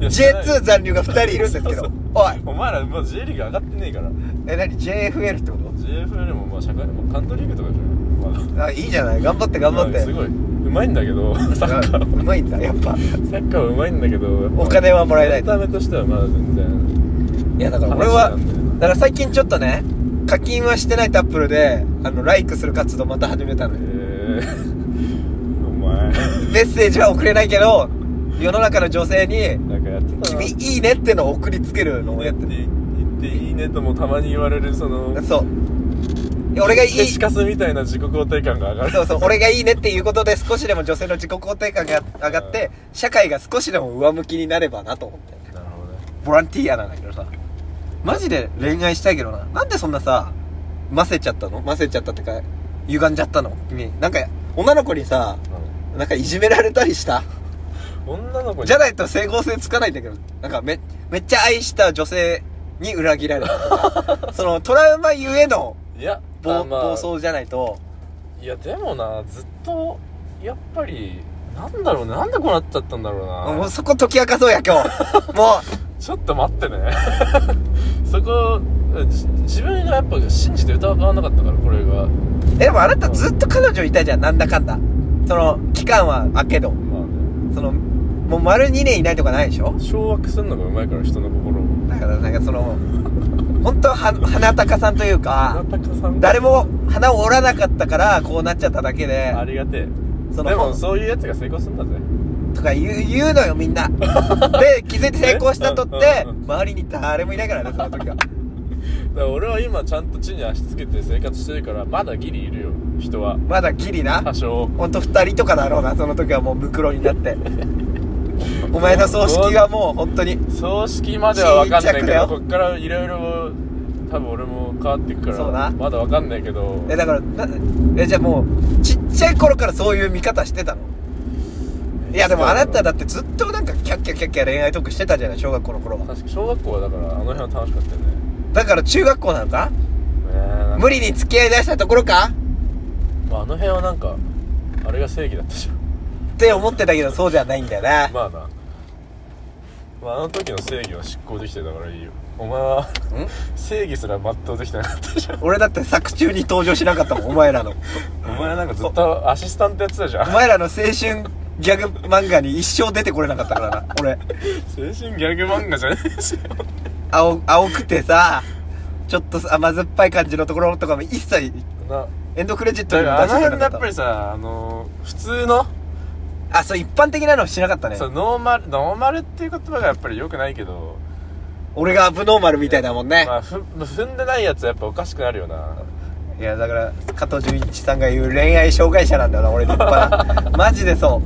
J2 残留が2人いるんですけどそうおいお前らもう J リーグ上がってねえから。 何 JFL ってこと？ JFL もまあ社会もカントリーグとかじゃないまだ。 あ、いいじゃない。頑張ってすごいうまいんだけどサッカーうまいんだやっぱ。 サッカーはうまいんだけどお金はもらえない。 エンタメとしてはまだ全然。 いやだから俺はだから最近ちょっとね課金はしてないタップルでライクする活動また始めたのよ。 お前メッセージは送れないけど世の中の女性になんかやってたな。 君いいねってのを送りつけるのをやってる。 言っていいねともたまに言われるそのそう俺がいい消しカスみたいな自己肯定感が上がる。 そう俺がいいねっていうことで少しでも女性の自己肯定感が上がって社会が少しでも上向きになればなと思って。 なるほどね。 ボランティアなんだけどさマジで恋愛したいけどな。なんでそんなさませちゃったってか歪んじゃったの君。なんか女の子にさなんかいじめられたりした？ 女の子にじゃないと整合性つかないんだけど。なんかめっちゃ愛した女性に裏切られたとかそのトラウマゆえの暴走じゃないと。 いやでもなずっとやっぱりなんだろうね。なんでこうなっちゃったんだろうな。 もうそこ解き明かそうや今日もうちょっと待ってねそこ自分がやっぱ信じて疑わなかったからこれが。 でもあなたずっと彼女いたじゃん。なんだかんだその期間はあけど、 まあね、 そのもう丸2年いないとかないでしょ。 掌握するのがうまいから人の心を。だからなんかその本当は花高さんというか誰も花を折らなかったからこうなっちゃっただけで。 ありがてえ。でもそういうやつが成功するんだぜとか言うのよみんなで気づいて成功したとって周りに誰もいないからねその時は。 だから俺は今ちゃんと地に足つけて生活してるからまだギリいるよ人は。 まだギリな。 多少ほんと2人とかだろうなその時はもうムクロになってお前の葬式はもう本当に葬式までは分かんないけどこっからいろいろ多分俺も変わっていくからまだ分かんないけど。 だからじゃあもうちっちゃい頃からそういう見方してたの？いやでもあなただってずっとなんかキャッキャ恋愛トークしてたじゃない小学校の頃は。 確か小学校はだからあの辺は楽しかったよね。 だから中学校なのか？無理に付き合い出したところか？ まああの辺はなんかあれが正義だったじゃんって思ってたけどそうじゃないんだよな。 まあな。 まあ、あの時の正義は執行できてたからいいよ。お前は正義すら全うできてなかったじゃん。 俺だって作中に登場しなかったもん、お前らの。 お前なんかずっとアシスタントやってたじゃん。 お前らの青春ギャグ漫画に一生出てこれなかったからな、俺。 青春ギャグ漫画じゃねえしよ。 青くてさ、ちょっと甘酸っぱい感じのところとかも一切エンドクレジットにも出してなかった。 あの辺のやっぱりさ、普通のそう一般的なのしなかったね。 そうノーマルっていう言葉がやっぱり良くないけど、 俺がアブノーマルみたいだもんね。 まあ踏んでないやつはやっぱおかしくなるよな。 いやだから加藤純一さんが言う恋愛障害者なんだよな、俺立派な。マジでそう。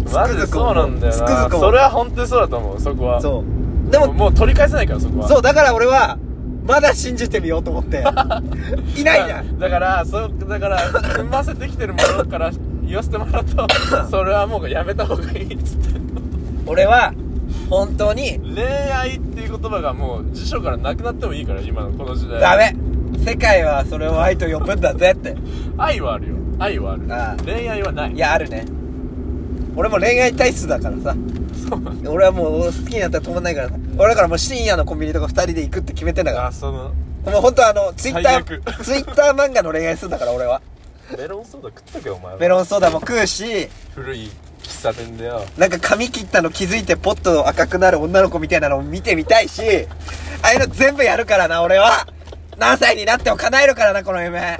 マジでそうなんだよな。それは本当にそうだと思う、そこは。 そう。でももう取り返せないから、そこは。 そうだから俺はまだ信じてみようと思っていないじゃん。 だから踏ませてきてるものから言わせてもらうとそれはもうやめた方がいいっつって俺は本当に恋愛っていう言葉がもう辞書からなくなってもいいから、今のこの時代。 ダメ、世界はそれを愛と呼ぶんだぜって。 愛はあるよ、愛はある。恋愛はない。 いやあるね。俺も恋愛体質だからさ。俺はもう好きになったら止まんないからさ。俺だからもう深夜のコンビニとか2人で行くって決めてんだから。もう本当ツイッター漫画の恋愛するんだから俺は。 メロンソーダ食ったけどお前は。 メロンソーダも食うし、 古い喫茶店でよ、 なんか髪切ったの気づいてポッと赤くなる女の子みたいなのを見てみたいし、ああいうの全部やるからな俺は。何歳になっても叶えるからなこの夢。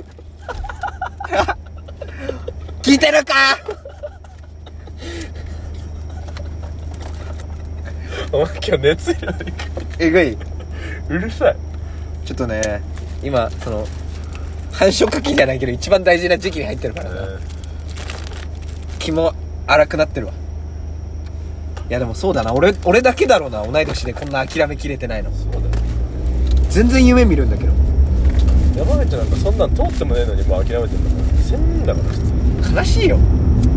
聞いてるか。 お前今日熱量えぐい。 うるさい。 ちょっとね今その繁殖期じゃないけど一番大事な時期に入ってるからさ、気も荒くなってるわ。いやでもそうだな、俺だけだろうな、同い年でこんな諦めきれてないの。 そうだよ。 全然夢見るんだけど。 山口なんかそんなん通ってもねえのにもう諦めてんだから。仙人だから普通。 悲しいよ。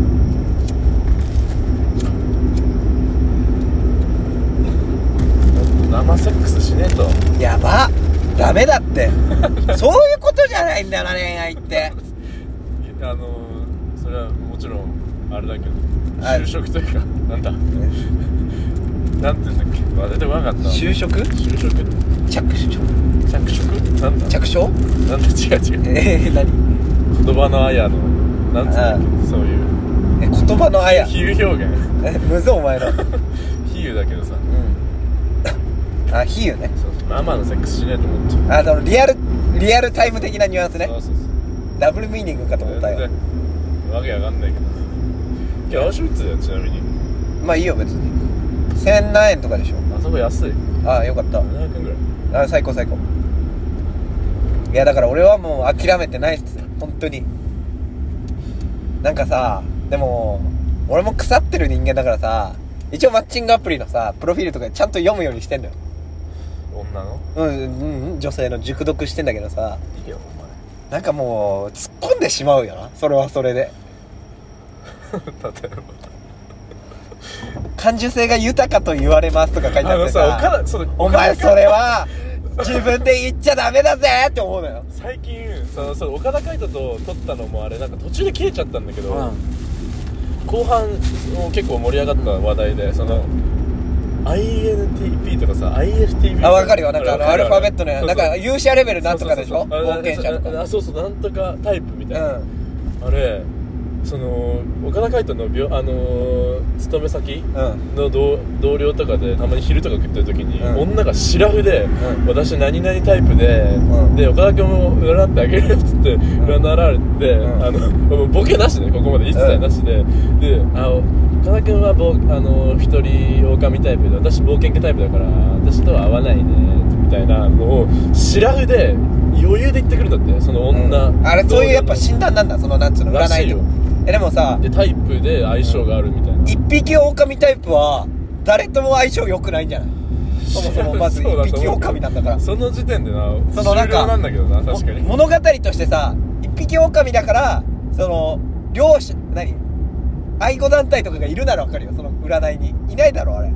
生セックスしねえとやば、ダメだってそういうことじゃないんだよな恋愛って。 それはもちろんあれだけど、就職というかなんだなんて言うんだっけ、忘れてこなかった。 就職着手なんだ着床なんだ、違う何言葉のあやのなんつうんだっけ、そういう言葉のあや、 比喩表現むずお前の比喩だけどさ、 比喩ね。 そうそう、ママのセックスしないと思っちゃう。 リアルタイム的なニュアンスね。 そうダブルミーニングかと思ったよ。 わけわかんないけど。いやアウシュビッツだよ、ちなみに。 まあいいよ別に。1000何円とかでしょ。 あそこ安い。 よかった。 700円ぐらい。 最高。いやだから俺はもう諦めてないっす、本当に。なんかさ、でも俺も腐ってる人間だからさ、一応マッチングアプリのさプロフィールとかちゃんと読むようにしてんのよ。 女の女性の熟読してんだけどさ、 いいよお前。 なんかもう突っ込んでしまうよな、それはそれで。 例えば感受性が豊かと言われますとか書いてあってさ、お前それは自分で言っちゃダメだぜって思うのよ。 最近その岡田海人と撮ったのもあれなんか途中で切れちゃったんだけど、後半結構盛り上がった話題で、その INTP とかさ IFTP わかるよ、なんかアルファベットのなんか勇者レベルなんとかでしょ、冒険者とか。 そうなんとかタイプみたいな、あれその岡田海人の勤め先の同僚とかでたまに昼とか食ってる時に、女がシラフで、私何々タイプで、で岡田君も占ってあげるよっつって占られて、もうボケなしでここまで一切なしで、で岡田君は一人狼タイプで、私冒険家タイプだから私とは合わないねみたいなのをシラフで余裕で言ってくるんだって、その女、 あれそういうやっぱ診断なんだ、そのなんつうの占いと。でもさ、 でタイプで相性があるみたいな。 一匹狼タイプは誰とも相性良くないんじゃない？そもそもまず一匹狼なんだから。 その時点でな、 そのなんかなんだけどな、確かに物語としてさ、一匹狼だからその両者愛護団体とかがいるならわかるよ、その占いにいないだろあれ。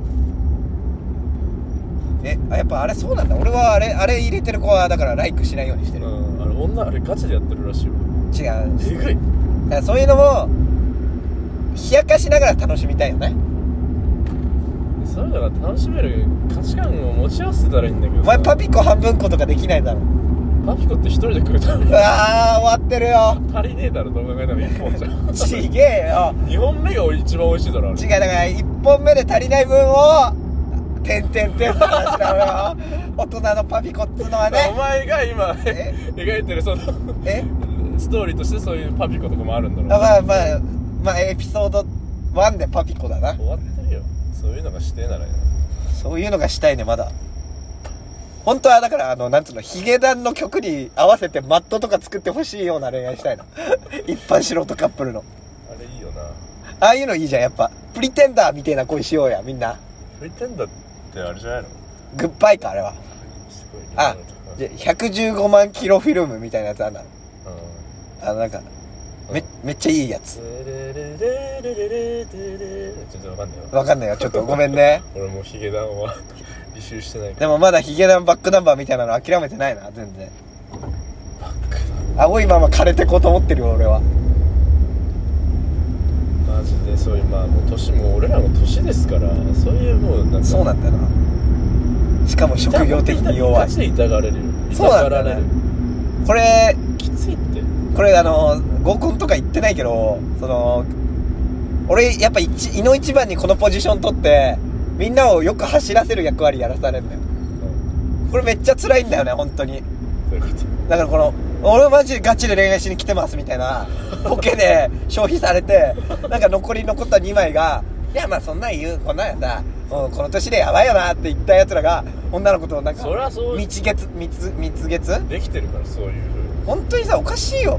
やっぱあれそうなんだ。俺はあれ入れてる子はだからライクしないようにしてる。 あれガチでやってるらしいよ。 違う。 えぐい。 だからそういうのも冷やかしながら楽しみたいよね。 そそういうのが楽しめる価値観を持ち合わせたらいいんだけど。 お前パピコ半分ことかできないだろ。 パピコって一人で食うために終わってるよ。 足りねえだろ、どう考えても1本じゃん。 ちげえよ。 2本目が一番美味しいだろ。 違う、だから1本目で足りない分をてんてんてんって話なのよ。大人のパピコっつうのはね。 お前が今描いてるそのストーリーとしてそういうパピコとかもあるんだろう。 まあエピソード1でパピコだな。 終わってるよ。そういうのがしてえならよ。 そういうのがしたいね。まだ本当はだからなんつうの、ヒゲダンの曲に合わせてマットとか作ってほしいような恋愛したいの。一般素人カップルのあれいいよな。 ああいうのいいじゃん。やっぱプリテンダーみたいな恋しようや、みんな。 プリテンダーってあれじゃないの？ グッバイか、あれは。 すごい。 115万キロフィルムみたいなやつあんだろ。なんかめっちゃいいやつ。 全然わかんないよ。 わかんないよ、ちょっとごめんね。 俺もヒゲダンは履修してないから。 でもまだヒゲダンバックナンバーみたいなの諦めてないな、全然。青いまま枯れてこうと思ってるよ、俺は。 マジでそういう、まあもう年も俺らの年ですから、そういうもうなんかそうなんだよな。しかも職業的に弱い。 マジで痛がられるよ。 そうなんだよね。これきついって。 これ合コンとか行ってないけど、俺やっぱいの一番にこのポジション取ってみんなをよく走らせる役割やらされるんだよ。これめっちゃ辛いんだよね、本当に。だから俺マジでガチで恋愛しに来てますみたいなボケで消費されて、なんか残った2枚が、いやまあそんなん言う、こんなんやさ、もうこの年でやばいよなって言った奴らが女の子となんかそりゃそう蜜月できてるから、そういう風に本当にさ、おかしいよ。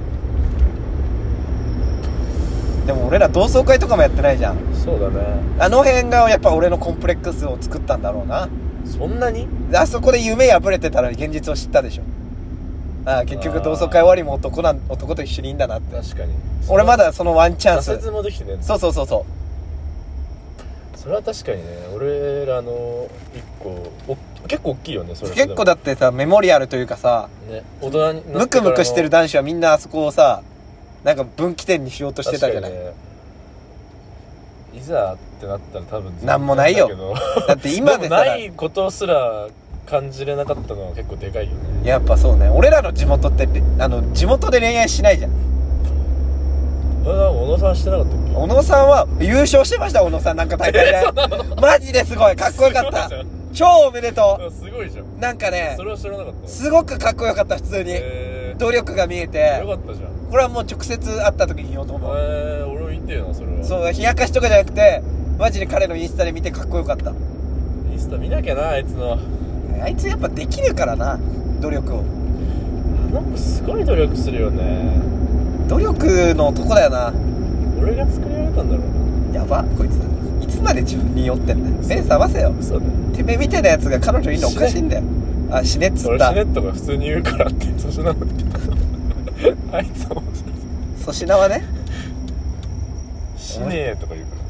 でも俺ら同窓会とかもやってないじゃん。 そうだね。 あの辺がやっぱ俺のコンプレックスを作ったんだろうな。 そんなに？ あそこで夢破れてたら現実を知ったでしょ。結局同窓会終わりも男と一緒にいいんだなって。 確かに。 俺まだそのワンチャンス。 挫折もできてね。 そう。 それは確かにね。俺らの一個結構大きいよね。それ結構だってさ、メモリアルというかさ、 ね、大人にムクムクしてる男子はみんなあそこをさ、なんか分岐点にしようとしてたじゃない。 ね、いざってなったら多分なんもないよ。だって今でさないことすら感じれなかったのは結構でかいよね。 やっぱそうね。俺らの地元って地元で恋愛しないじゃん。 小野さんしてなかったっけ？ 小野さんは優勝してました。小野さんなんか大会でマジですごいかっこよかった。超おめでとう。 すごいじゃん。 なんかね、 それは知らなかった。 すごくかっこよかった。普通に努力が見えてよかったじゃん。 これはもう直接会った時に言おうと思う。 俺も言ってよな、それは。 そう、冷やかしとかじゃなくてマジで彼のインスタで見てかっこよかった。 インスタ見なきゃな、あいつの。 あいつやっぱできるからな、努力を。 なんかすごい努力するよね。 努力の男だよな。 俺が作り上げたんだろうな。 やば、こいついつまで自分に酔ってんだよ。目覚ませよ。 そうだよ。 てめえみたいなやつが彼女いるのおかしいんだよ。死ねっつった。 俺死ねとか普通に言うからって粗品のってあいつ面白い。 粗品はね、 死ねえとか言うか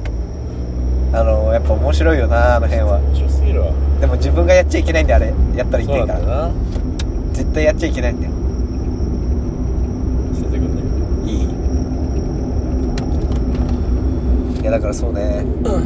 やっぱ面白いよな、あの辺は。 面白すぎるわ。 でも自分がやっちゃいけないんだよ、あれやったらいけんから。 そうなんだな。 絶対やっちゃいけないんだよ。 捨ててくんね。 いい。いやだからそうね、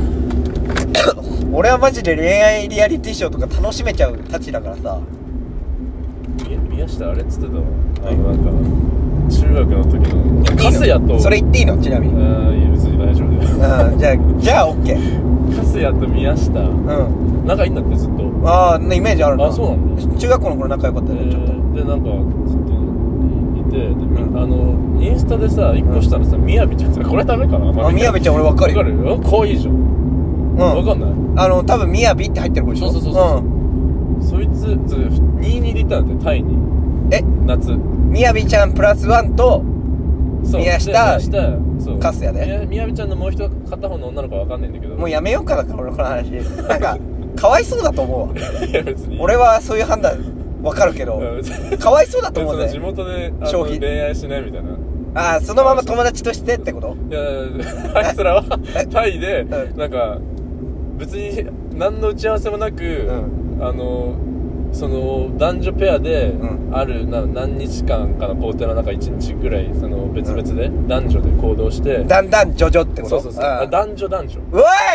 俺はマジで恋愛リアリティショーとか楽しめちゃうたちだからさ。 宮下あれっつってたわ。なんか中学の時のカスヤと。 それ言っていいの？ちなみに。 いや別に大丈夫だよ。 じゃあオッケー。 カスヤと宮下仲いいんだってずっと。 イメージあるな。 そうなんだ。 中学校の頃仲良かったね、ちょっと。 でなんかずっといて、インスタでさ1個下のさ、みやびちゃんってこれダメかな？ みやびちゃん俺分かるよ。 分かるよ。可愛いじゃん。分かんない？ 多分みやびって入ってる子でしょ。 そう。そいつ22でいたんだってタイに。夏。 みやびちゃんプラス1と宮下カスヤで。 みやびちゃんのもう片方の女の子は分かんないんだけど。 もうやめようかな、俺この話。なんかかわいそうだと思うわ。 いや別に。 俺はそういう判断分かるけど、かわいそうだと思うぜ。 地元で恋愛しないみたいな。 そのまま友達としてってこと？ いやあいつらはタイでなんか別に何の打ち合わせもなく、その男女ペアである何日間かの工程の中1日ぐらいその別々で男女で行動して、 だんだんジョジョってこと？ そう。男女。 うわい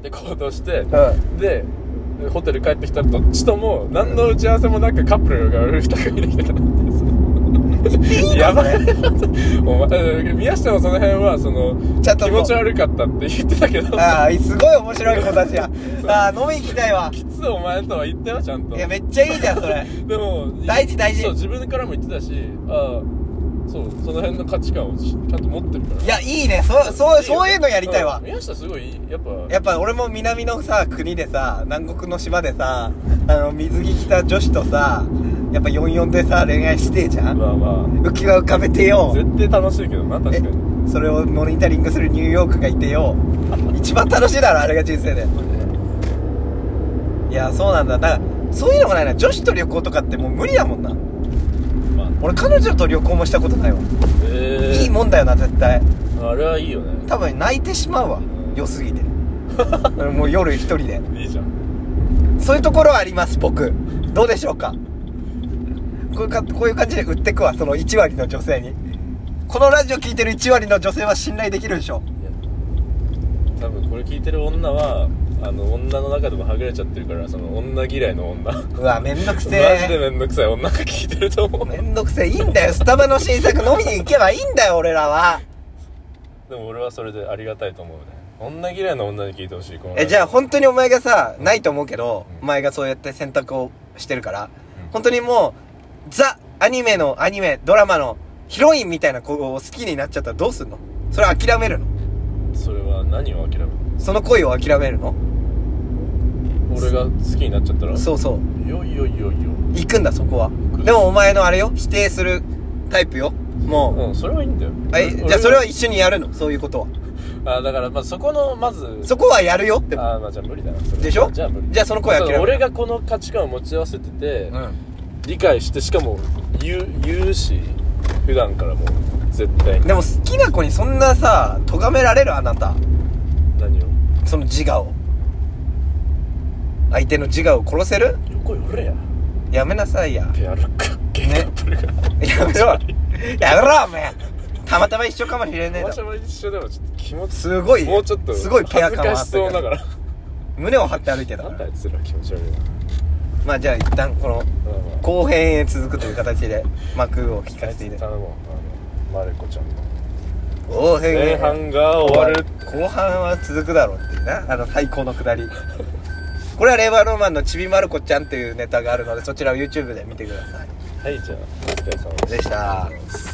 で行動して、 うんでホテル帰ってきたらどっちとも何の打ち合わせもなくカップルが2組できてたんですやばいお前宮下もその辺はそのちゃんと気持ち悪かったって言ってたけどああすごい面白い子たちやああ飲み行きたいわきつお前とは言ったよちゃんといやめっちゃいいじゃんそれでも大事そう自分からも言ってたしそうその辺の価値観をちゃんと持ってるからいやいいねそういうのやりたいわ宮下すごいやっぱ俺も南のさ国でさ南国の島でさ水着着た女子とさやっぱ44でさ恋愛してじゃんまあ浮き輪浮かべてよ絶対楽しいけどな確かにそれをモニタリングするニューヨークがいてよ一番楽しいだろあれが人生でいやそうなんだだからそういうのがないな女子と旅行とかってもう無理やもんな俺彼女と旅行もしたことないわいいもんだよな絶対あれはいいよね多分泣いてしまうわ良すぎてもう夜一人でいいじゃんそういうところはあります僕どうでしょうかこういう感じで売ってくわその1割の女性にこのラジオ聞いてる1割の女性は信頼できるでしょ多分これ聞いてる女は女の中でもはぐれちゃってるからその女嫌いの女うわめんどくせえマジでめんどくさい女が聞いてると思うめんどくせえいいんだよスタバの新作飲みに行けばいいんだよ俺らはでも俺はそれでありがたいと思うね女嫌いの女に聞いてほしいじゃあ本当にお前がさないと思うけど、お前がそうやって選択をしてるから、本当にもうザ・アニメドラマのヒロインみたいな子を好きになっちゃったらどうすんの？それ諦めるの？ それは何を諦めるの？ その恋を諦めるの？ 俺が好きになっちゃったら？ そうそうよ行くんだそこは。でもお前のあれよ否定するタイプよもうそれはいいんだよ。 じゃあそれは一緒にやるの？そういうことはだからまあそこのまずそこはやるよってまあじゃあ無理だなそれでしょ？ じゃあ無理。 じゃあその声諦める。 俺がこの価値観を持ち合わせてて、理解してしかも言うし普段からもう絶対に。 でも好きな子にそんなさ咎められるあなた何を？ その自我を相手の自我を殺せる？ 横寄れやめなさいやペアルックゲイカップルが、 やめろやめろお前たまたま一緒かもしれねえだろ。 たまたま一緒でもちょっと気持ちすごいもうちょっとすごいペア感はあった恥ずかしそうだから胸を張って歩いてたからなんだあいつら気持ち悪いな。 まあじゃあ一旦この後編へ続くという形で幕を引かせていただき頼もうマルコちゃんの後編前半が終わる後半は続くだろうっていうな最高のくだりこれはレバーロマンのちびまる子ちゃんっていうネタがあるのでそちらを YouTube で見てください。 はいじゃあお疲れ様でした。